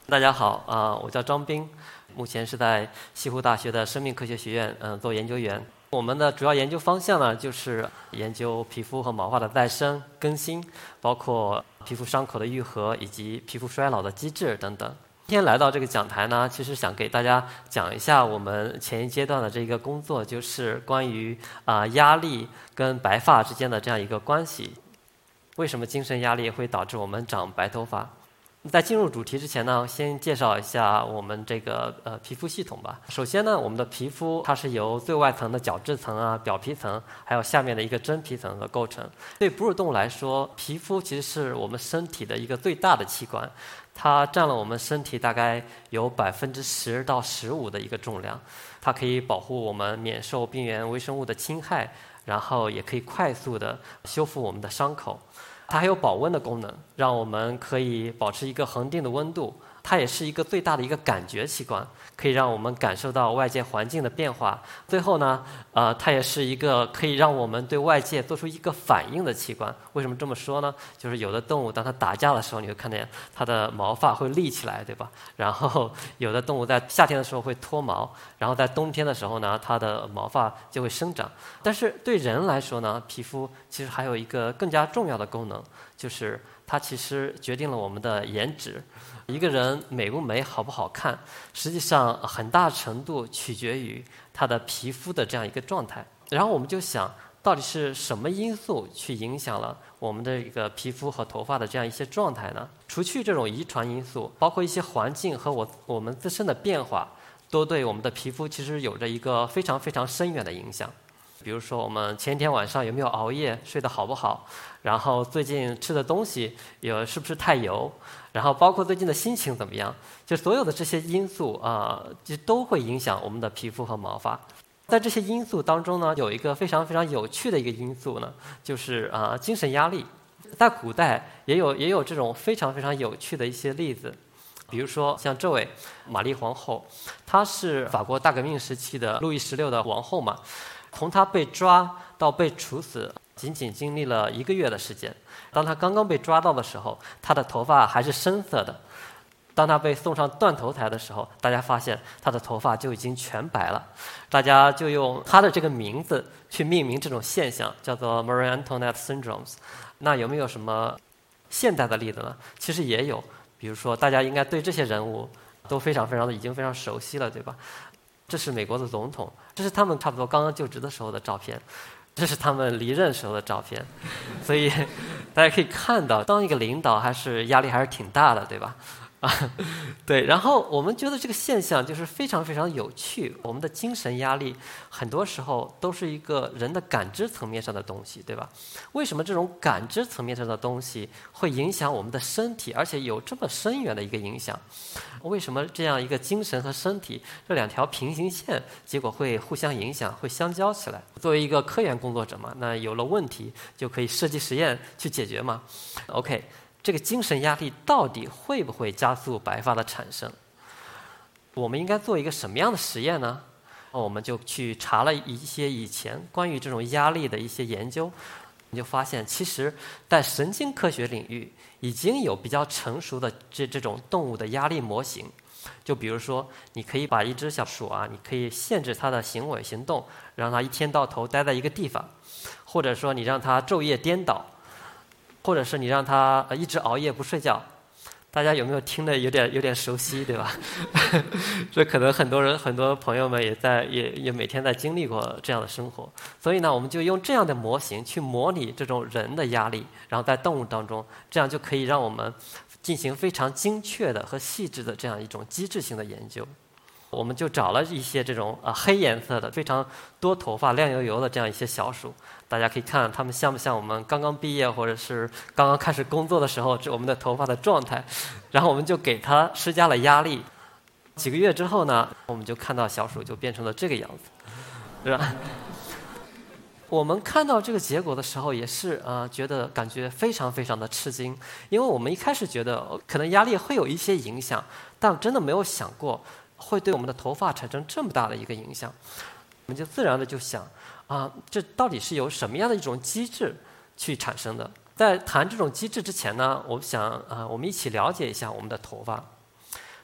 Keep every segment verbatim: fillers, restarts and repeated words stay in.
大家好啊、呃，我叫张斌，目前是在西湖大学的生命科学学院嗯、呃、做研究员。我们的主要研究方向呢，就是研究皮肤和毛发的再生、更新，包括皮肤伤口的愈合以及皮肤衰老的机制等等。今天来到这个讲台呢，其实想给大家讲一下我们前一阶段的这个工作，就是关于啊、呃、压力跟白发之间的这样一个关系。为什么精神压力会导致我们长白头发？在进入主题之前呢，先介绍一下我们这个呃皮肤系统吧。首先呢，我们的皮肤它是由最外层的角质层啊、表皮层，还有下面的一个真皮层所构成。对哺乳动物来说，皮肤其实是我们身体的一个最大的器官，它占了我们身体大概有百分之十到十五的一个重量。它可以保护我们免受病原微生物的侵害，然后也可以快速的修复我们的伤口。它还有保温的功能，让我们可以保持一个恒定的温度。它也是一个最大的一个感觉器官，可以让我们感受到外界环境的变化。最后呢，呃，它也是一个可以让我们对外界做出一个反应的器官。为什么这么说呢？就是有的动物当它打架的时候，你会看见它的毛发会立起来，对吧？然后有的动物在夏天的时候会脱毛，然后在冬天的时候呢，它的毛发就会生长。但是对人来说呢，皮肤其实还有一个更加重要的功能，就是它其实决定了我们的颜值。一个人美不美、好不好看，实际上很大程度取决于他的皮肤的这样一个状态。然后我们就想，到底是什么因素去影响了我们的一个皮肤和头发的这样一些状态呢？除去这种遗传因素，包括一些环境和我我们自身的变化，都对我们的皮肤其实有着一个非常非常深远的影响。比如说，我们前一天晚上有没有熬夜，睡得好不好？然后最近吃的东西有是不是太油？然后包括最近的心情怎么样？就所有的这些因素啊、呃，就都会影响我们的皮肤和毛发。在这些因素当中呢，有一个非常非常有趣的一个因素呢，就是啊、呃、精神压力。在古代也有也有这种非常非常有趣的一些例子。比如说像这位玛丽皇后，她是法国大革命时期的路易十六的皇后嘛。从她被抓到被处死，仅仅经历了一个月的时间。当她刚刚被抓到的时候，她的头发还是深色的。当她被送上断头台的时候，大家发现她的头发就已经全白了。大家就用她的这个名字去命名这种现象，叫做 Marie Antoinette Syndromes。那有没有什么现代的例子呢？其实也有，比如说大家应该对这些人物都非常非常的已经非常熟悉了，对吧？这是美国的总统，这是他们差不多刚刚就职的时候的照片，这是他们离任时候的照片，所以大家可以看到，当一个领导还是压力还是挺大的，对吧？啊，对，然后我们觉得这个现象就是非常非常有趣。我们的精神压力很多时候都是一个人的感知层面上的东西，对吧？为什么这种感知层面上的东西会影响我们的身体，而且有这么深远的一个影响？为什么这样一个精神和身体这两条平行线，结果会互相影响，会相交起来？作为一个科研工作者嘛，那有了问题就可以设计实验去解决嘛。OK。这个精神压力到底会不会加速白发的产生？我们应该做一个什么样的实验呢？我们就去查了一些以前关于这种压力的一些研究，你就发现，其实在神经科学领域已经有比较成熟的这这种动物的压力模型。就比如说，你可以把一只小鼠啊，你可以限制它的行为行动，让它一天到头待在一个地方，或者说你让它昼夜颠倒。或者是你让他一直熬夜不睡觉，大家有没有听得有点有点熟悉，对吧？这可能很多人很多朋友们也在也也每天在经历过这样的生活，所以呢，我们就用这样的模型去模拟这种人的压力，然后在动物当中，这样就可以让我们进行非常精确的和细致的这样一种机制性的研究。我们就找了一些这种啊黑颜色的、非常多头发、亮油油的这样一些小鼠，大家可以看它们像不像我们刚刚毕业或者是刚刚开始工作的时候，这我们的头发的状态。然后我们就给它施加了压力，几个月之后呢，我们就看到小鼠就变成了这个样子，是吧？我们看到这个结果的时候，也是啊、呃，觉得感觉非常非常的吃惊，因为我们一开始觉得可能压力会有一些影响，但真的没有想过会对我们的头发产生这么大的一个影响。我们就自然的就想啊，这到底是由什么样的一种机制去产生的？在谈这种机制之前呢，我想啊，我们一起了解一下我们的头发。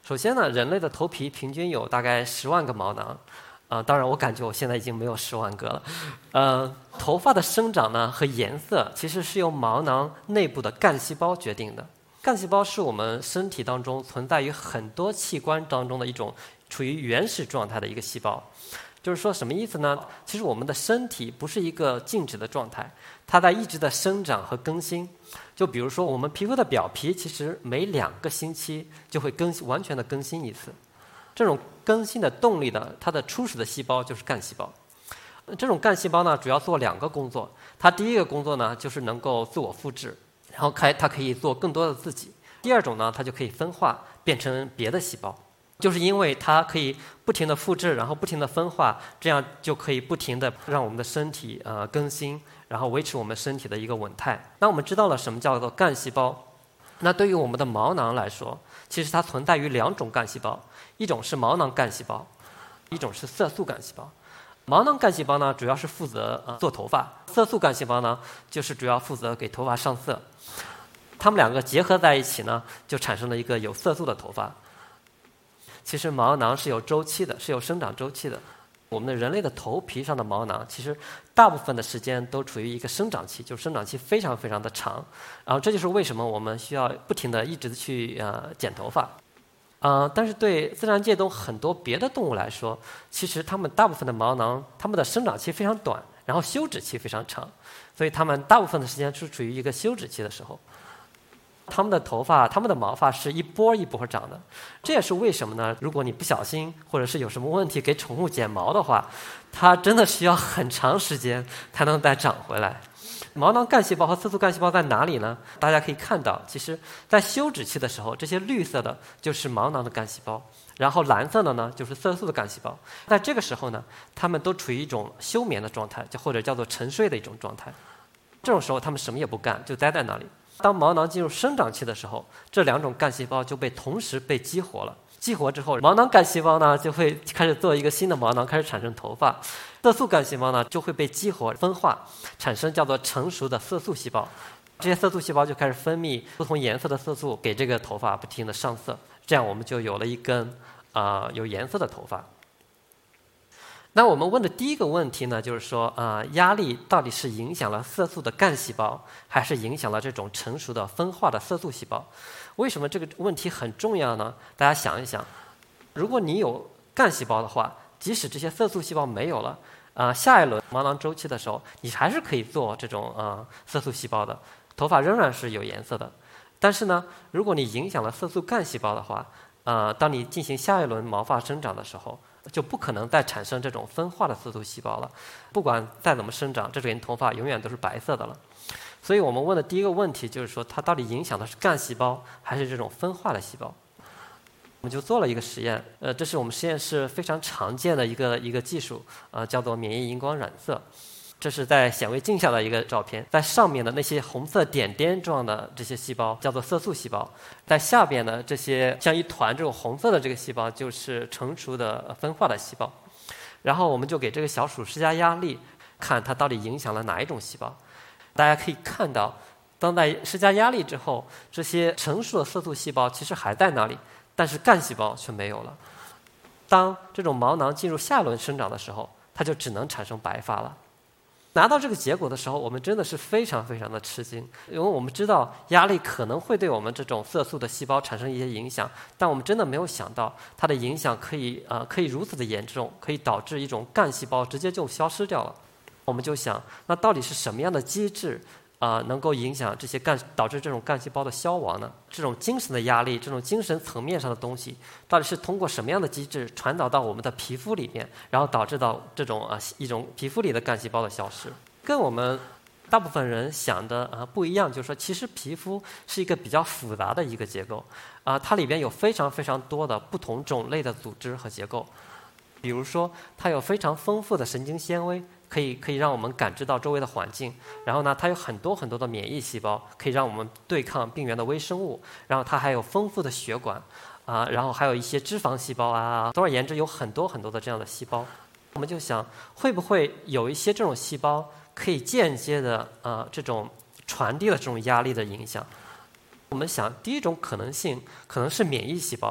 首先呢，人类的头皮平均有大概十万个毛囊，啊、呃，当然我感觉我现在已经没有十万个了。呃，头发的生长呢和颜色其实是由毛囊内部的干细胞决定的。干细胞是我们身体当中存在于很多器官当中的一种处于原始状态的一个细胞。就是说什么意思呢？其实我们的身体不是一个静止的状态，它在一直的生长和更新。就比如说我们皮肤的表皮，其实每两个星期就会更新完全的更新一次。这种更新的动力呢，它的初始的细胞就是干细胞。这种干细胞呢，主要做两个工作。它第一个工作呢，就是能够自我复制，然后开它可以做更多的自己。第二种呢，它就可以分化变成别的细胞。就是因为它可以不停的复制，然后不停的分化，这样就可以不停的让我们的身体呃更新，然后维持我们身体的一个稳态。那我们知道了什么叫做干细胞，那对于我们的毛囊来说，其实它存在于两种干细胞，一种是毛囊干细胞，一种是色素干细胞。毛囊干细胞呢，主要是负责呃做头发，色素干细胞呢，就是主要负责给头发上色。它们两个结合在一起呢，就产生了一个有色素的头发。其实毛囊是有周期的，是有生长周期的。我们的人类的头皮上的毛囊，其实大部分的时间都处于一个生长期，就是生长期非常非常的长。然后这就是为什么我们需要不停的一直去呃剪头发。呃，但是对自然界中很多别的动物来说，其实它们大部分的毛囊，它们的生长期非常短，然后休止期非常长，所以它们大部分的时间是处于一个休止期的时候。它们的头发、它们的毛发是一波一波长的，这也是为什么呢？如果你不小心或者是有什么问题给宠物剪毛的话，它真的需要很长时间才能再长回来。毛囊干细胞和色素干细胞在哪里呢？大家可以看到，其实在休止期的时候，这些绿色的就是毛囊的干细胞，然后蓝色的呢就是色素的干细胞。在这个时候呢，它们都处于一种休眠的状态，就或者叫做沉睡的一种状态。这种时候，它们什么也不干，就待在那里。当毛囊进入生长期的时候，这两种干细胞就被同时被激活了。激活之后，毛囊干细胞呢就会开始做一个新的毛囊，开始产生头发。色素干细胞呢就会被激活分化，产生叫做成熟的色素细胞。这些色素细胞就开始分泌不同颜色的色素，给这个头发不停的上色。这样我们就有了一根啊、呃、有颜色的头发。那我们问的第一个问题呢，就是说啊、呃，压力到底是影响了色素的干细胞，还是影响了这种成熟的分化的色素细胞？为什么这个问题很重要呢？大家想一想，如果你有干细胞的话，即使这些色素细胞没有了，啊、呃，下一轮毛囊周期的时候，你还是可以做这种啊、呃、色素细胞的，头发仍然是有颜色的。但是呢，如果你影响了色素干细胞的话，啊、呃，当你进行下一轮毛发生长的时候，就不可能再产生这种分化的色素细胞了。不管再怎么生长，这根头发永远都是白色的了。所以我们问的第一个问题就是说，它到底影响的是干细胞还是这种分化的细胞？我们就做了一个实验，呃，这是我们实验室非常常见的一个一个技术，呃，叫做免疫荧光染色。这是在显微镜下的一个照片，在上面的那些红色点点状的这些细胞叫做色素细胞，在下边的这些像一团这种红色的这个细胞就是成熟的分化的细胞。然后我们就给这个小鼠施加压力，看它到底影响了哪一种细胞。大家可以看到，当在施加压力之后，这些成熟的色素细胞其实还在那里，但是干细胞却没有了。当这种毛囊进入下一轮生长的时候，它就只能产生白发了。拿到这个结果的时候，我们真的是非常非常的吃惊，因为我们知道压力可能会对我们这种色素的细胞产生一些影响，但我们真的没有想到它的影响可以呃可以如此的严重，可以导致一种干细胞直接就消失掉了。我们就想，那到底是什么样的机制啊、呃、能够影响这些干导致这种干细胞的消亡呢？这种精神的压力，这种精神层面上的东西，到底是通过什么样的机制传导到我们的皮肤里面，然后导致到这种啊、呃、一种皮肤里的干细胞的消失？跟我们大部分人想的啊、呃、不一样，就是说，其实皮肤是一个比较复杂的一个结构啊、呃，它里边有非常非常多的不同种类的组织和结构，比如说，它有非常丰富的神经纤维。可以可以让我们感知到周围的环境，然后呢，它有很多很多的免疫细胞，可以让我们对抗病原的微生物，然后它还有丰富的血管，啊、呃，然后还有一些脂肪细胞啊，总而言之有很多很多的这样的细胞。我们就想，会不会有一些这种细胞可以间接的呃这种传递了这种压力的影响？我们想，第一种可能性可能是免疫细胞。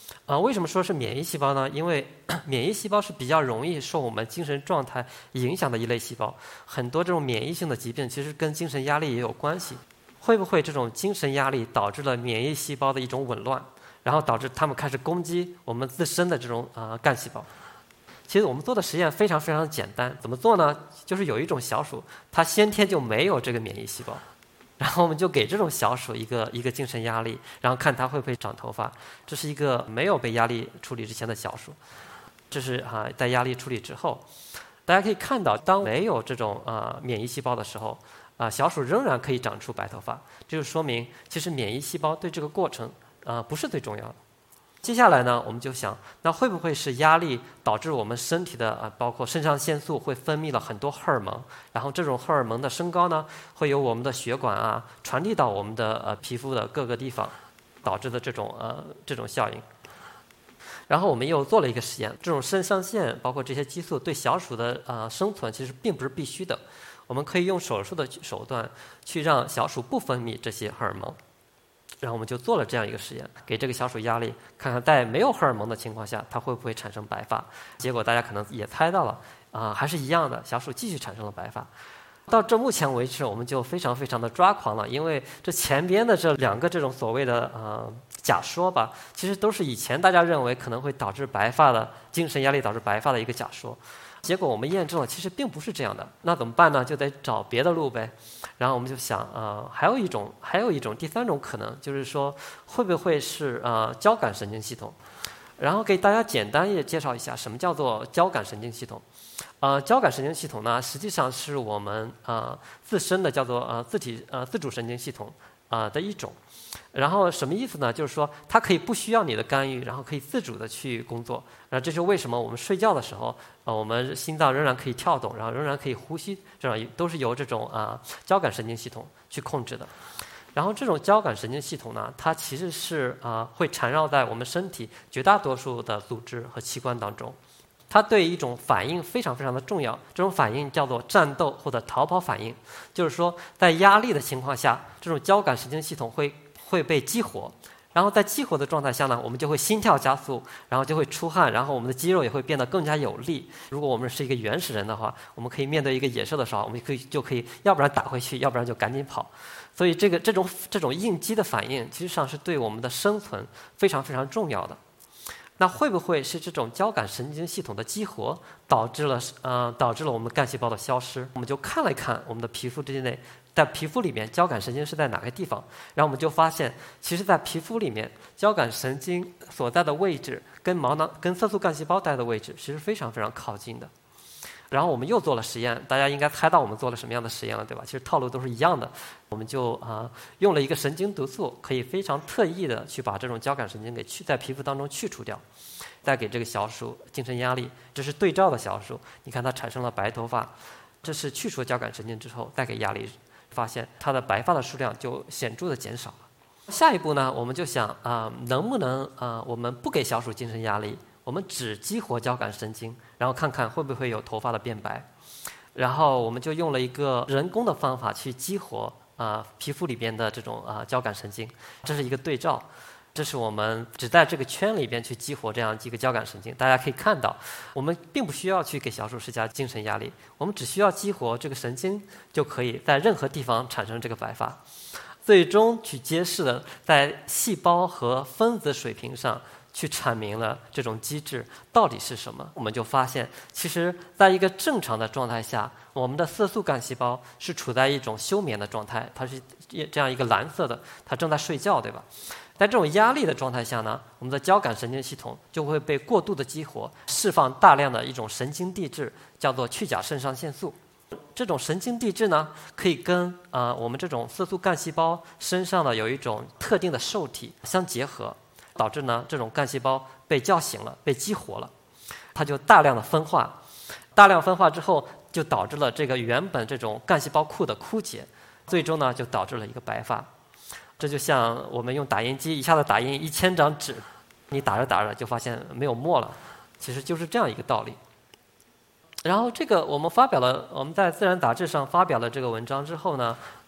啊，为什么说是免疫细胞呢？因为免疫细胞是比较容易受我们精神状态影响的一类细胞，很多这种免疫性的疾病其实跟精神压力也有关系。会不会这种精神压力导致了免疫细胞的一种紊乱，然后导致它们开始攻击我们自身的这种啊、呃、干细胞？其实我们做的实验非常非常简单，怎么做呢？就是有一种小鼠，它先天就没有这个免疫细胞。然后我们就给这种小鼠一个一个精神压力，然后看它会不会长头发。这是一个没有被压力处理之前的小鼠，这是啊在压力处理之后，大家可以看到，当没有这种啊免疫细胞的时候，啊小鼠仍然可以长出白头发，这就说明其实免疫细胞对这个过程啊不是最重要的。接下来呢，我们就想，那会不会是压力导致我们身体的啊，包括肾上腺素会分泌了很多荷尔蒙，然后这种荷尔蒙的升高呢，会由我们的血管啊传递到我们的呃皮肤的各个地方，导致的这种呃这种效应。然后我们又做了一个实验，这种肾上腺包括这些激素对小鼠的呃生存其实并不是必须的，我们可以用手术的手段去让小鼠不分泌这些荷尔蒙。然后我们就做了这样一个实验，给这个小鼠压力，看看在没有荷尔蒙的情况下，它会不会产生白发。结果大家可能也猜到了，啊、呃，还是一样的，小鼠继续产生了白发。到这目前为止，我们就非常非常的抓狂了，因为这前边的这两个这种所谓的呃假说吧，其实都是以前大家认为可能会导致白发的精神压力导致白发的一个假说。结果我们验证了，其实并不是这样的。那怎么办呢？就得找别的路呗。然后我们就想，呃，还有一种，还有一种第三种可能，就是说，会不会是呃交感神经系统？然后给大家简单也介绍一下，什么叫做交感神经系统？呃，交感神经系统呢，实际上是我们呃自身的叫做呃自体呃自主神经系统啊、呃、的一种。然后什么意思呢？就是说它可以不需要你的干预，然后可以自主的去工作。然后这是为什么我们睡觉的时候，呃，我们心脏仍然可以跳动，然后仍然可以呼吸，这样都是由这种啊、呃、交感神经系统去控制的。然后这种交感神经系统呢，它其实是啊、呃、会缠绕在我们身体绝大多数的组织和器官当中。它对一种反应非常非常的重要，这种反应叫做战斗或者逃跑反应，就是说在压力的情况下，这种交感神经系统会会被激活，然后在激活的状态下呢，我们就会心跳加速，然后就会出汗，然后我们的肌肉也会变得更加有力。如果我们是一个原始人的话，我们可以面对一个野兽的时候，我们可以就可以要不然打回去，要不然就赶紧跑。所以这个这种这种应激的反应，其实上是对我们的生存非常非常重要的。那会不会是这种交感神经系统的激活导致了呃导致了我们干细胞的消失？我们就看了看我们的皮肤之内，在皮肤里面交感神经是在哪个地方？然后我们就发现，其实，在皮肤里面，交感神经所在的位置跟毛囊、跟色素干细胞待的位置其实非常非常靠近的。然后我们又做了实验，大家应该猜到我们做了什么样的实验了，对吧？其实套路都是一样的。我们就啊、呃、用了一个神经毒素，可以非常特意的去把这种交感神经给去在皮肤当中去除掉，再给这个小鼠精神压力。这是对照的小鼠，你看它产生了白头发，这是去除交感神经之后再给压力，发现它的白发的数量就显著的减少了。下一步呢，我们就想啊、呃，能不能啊、呃，我们不给小鼠精神压力，我们只激活交感神经，然后看看会不会有头发的变白。然后我们就用了一个人工的方法去激活啊、呃、皮肤里边的这种啊、呃、交感神经，这是一个对照。这是我们只在这个圈里边去激活这样几个交感神经，大家可以看到，我们并不需要去给小鼠施加精神压力，我们只需要激活这个神经，就可以在任何地方产生这个白发。最终去揭示了在细胞和分子水平上去阐明了这种机制到底是什么。我们就发现，其实在一个正常的状态下，我们的色素干细胞是处在一种休眠的状态，它是这样一个蓝色的，它正在睡觉，对吧？在这种压力的状态下呢，我们的交感神经系统就会被过度的激活，释放大量的一种神经递质，叫做去甲肾上腺素。这种神经递质呢，可以跟啊、呃、我们这种色素干细胞身上的有一种特定的受体相结合，导致呢这种干细胞被叫醒了，被激活了，它就大量的分化，大量分化之后就导致了这个原本这种干细胞库的枯竭，最终呢就导致了一个白发。这就像我们用打印机一下子打印一千张纸，你打着打着就发现没有墨了，其实就是这样一个道理。然后这个我们发表了，我们在《自然》杂志上发表了这个文章之后呢，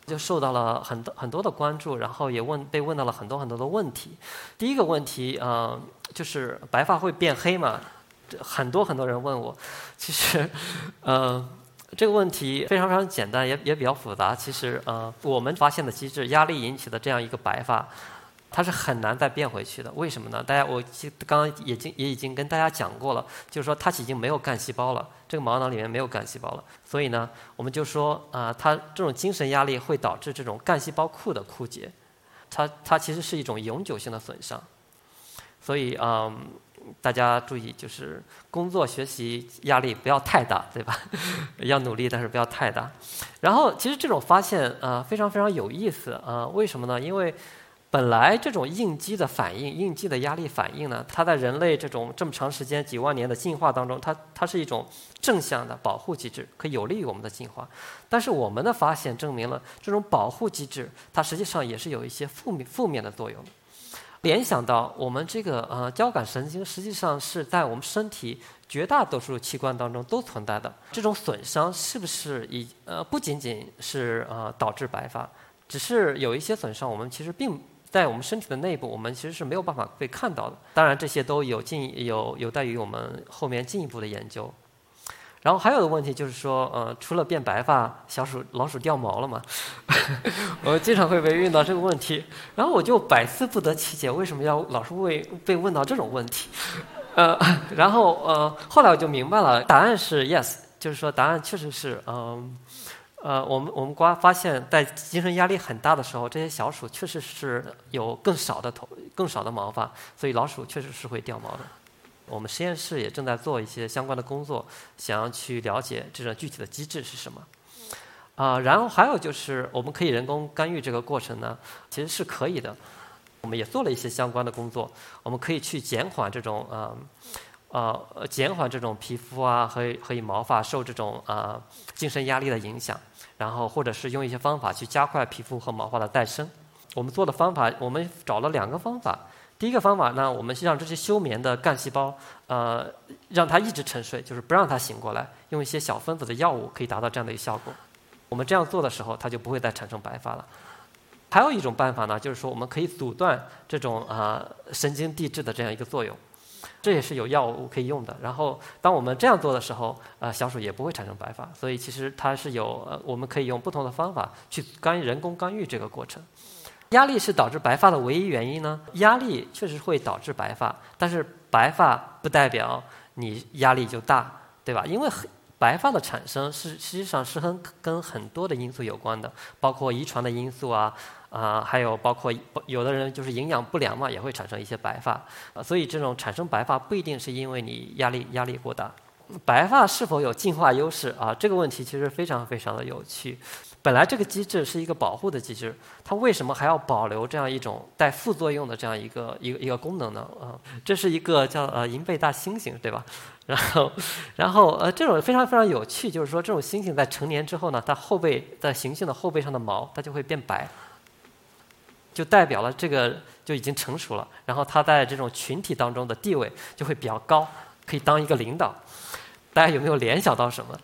就受到了很多很多的关注，然后也问被问到了很多很多的问题。第一个问题，呃，就是白发会变黑吗？很多很多人问我，其实，呃，这个问题非常非常简单，也也比较复杂。其实，呃，我们发现的机制，压力引起的这样一个白发，它是很难再变回去的。为什么呢？大家我刚刚也经也已经跟大家讲过了，就是说它已经没有干细胞了，这个毛囊里面没有干细胞了。所以呢，我们就说啊、呃，它这种精神压力会导致这种干细胞库的枯竭，它它其实是一种永久性的损伤。所以嗯、呃，大家注意，就是工作学习压力不要太大，对吧？要努力，但是不要太大。然后其实这种发现啊、呃、非常非常有意思啊、呃，为什么呢？因为本来这种应激的反应、应激的压力反应呢，它在人类这种这么长时间、几万年的进化当中，它它是一种正向的保护机制，可以有利于我们的进化。但是我们的发现证明了，这种保护机制它实际上也是有一些负面负面的作用。联想到我们这个呃交感神经，实际上是在我们身体绝大多数器官当中都存在的。这种损伤是不是以呃不仅仅是呃导致白发，只是有一些损伤，我们其实并在我们身体的内部，我们其实是没有办法被看到的。当然，这些都有进有有待于我们后面进一步的研究。然后还有的问题就是说，呃，除了变白发，小鼠、老鼠掉毛了吗？我经常会被问到这个问题，然后我就百思不得其解，为什么要老是为被问到这种问题？呃，然后呃，后来我就明白了，答案是 yes， 就是说答案确实是，嗯、呃，呃，我们我们瓜发现，在精神压力很大的时候，这些小鼠确实是有更少的头、更少的毛发，所以老鼠确实是会掉毛的。我们实验室也正在做一些相关的工作，想要去了解这种具体的机制是什么。啊、呃，然后还有就是我们可以人工干预这个过程呢，其实是可以的。我们也做了一些相关的工作，我们可以去减缓这种呃呃减缓这种皮肤啊和和以毛发受这种呃精神压力的影响，然后或者是用一些方法去加快皮肤和毛发的再生。我们做的方法，我们找了两个方法。第一个方法呢，我们是让这些休眠的干细胞，呃，让它一直沉睡，就是不让它醒过来，用一些小分子的药物可以达到这样的一个效果。我们这样做的时候，它就不会再产生白发了。还有一种办法呢，就是说我们可以阻断这种啊、呃、神经递质的这样一个作用，这也是有药物可以用的。然后当我们这样做的时候，呃，小鼠也不会产生白发。所以其实它是有，呃，我们可以用不同的方法去干预人工干预这个过程。压力是导致白发的唯一原因呢？压力确实会导致白发，但是白发不代表你压力就大，对吧？因为白发的产生是实际上是跟跟很多的因素有关的，包括遗传的因素啊，啊、呃，还有包括有的人就是营养不良嘛，也会产生一些白发。呃，所以这种产生白发不一定是因为你压力压力过大。白发是否有进化优势啊？这个问题其实非常非常的有趣。本来这个机制是一个保护的机制，它为什么还要保留这样一种带副作用的这样一个一个一个功能呢？啊、呃，这是一个叫呃银背大猩猩，对吧？然后，然后呃，这种非常非常有趣，就是说这种猩猩在成年之后呢，它后背在猩猩的后背上的毛，它就会变白，就代表了这个就已经成熟了。然后它在这种群体当中的地位就会比较高，可以当一个领导。大家有没有联想到什么？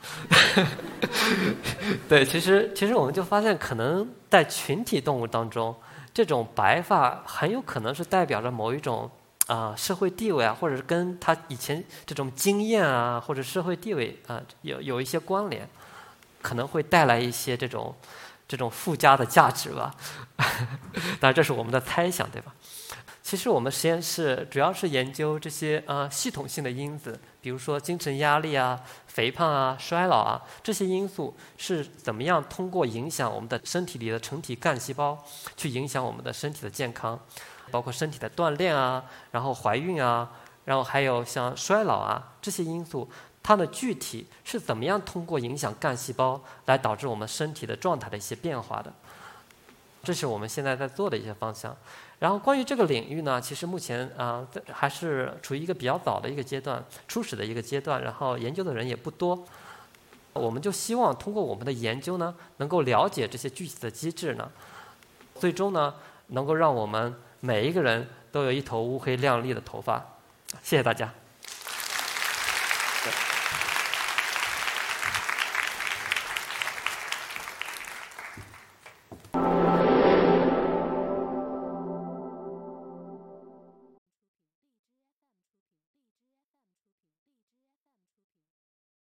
对，其实其实我们就发现，可能在群体动物当中，这种白发很有可能是代表着某一种啊、呃、社会地位啊，或者是跟他以前这种经验啊，或者社会地位啊、呃、有有一些关联，可能会带来一些这种这种附加的价值吧。当然，这是我们的猜想，对吧？其实我们实验室主要是研究这些呃系统性的因子，比如说精神压力啊、肥胖啊、衰老啊，这些因素是怎么样通过影响我们的身体里的成体干细胞，去影响我们的身体的健康，包括身体的锻炼啊，然后怀孕啊，然后还有像衰老啊这些因素，它的具体是怎么样通过影响干细胞来导致我们身体的状态的一些变化的。这是我们现在在做的一些方向。然后关于这个领域呢，其实目前啊、呃、还是处于一个比较早的一个阶段，初始的一个阶段，然后研究的人也不多。我们就希望通过我们的研究呢，能够了解这些具体的机制呢，最终呢能够让我们每一个人都有一头乌黑亮丽的头发。谢谢大家。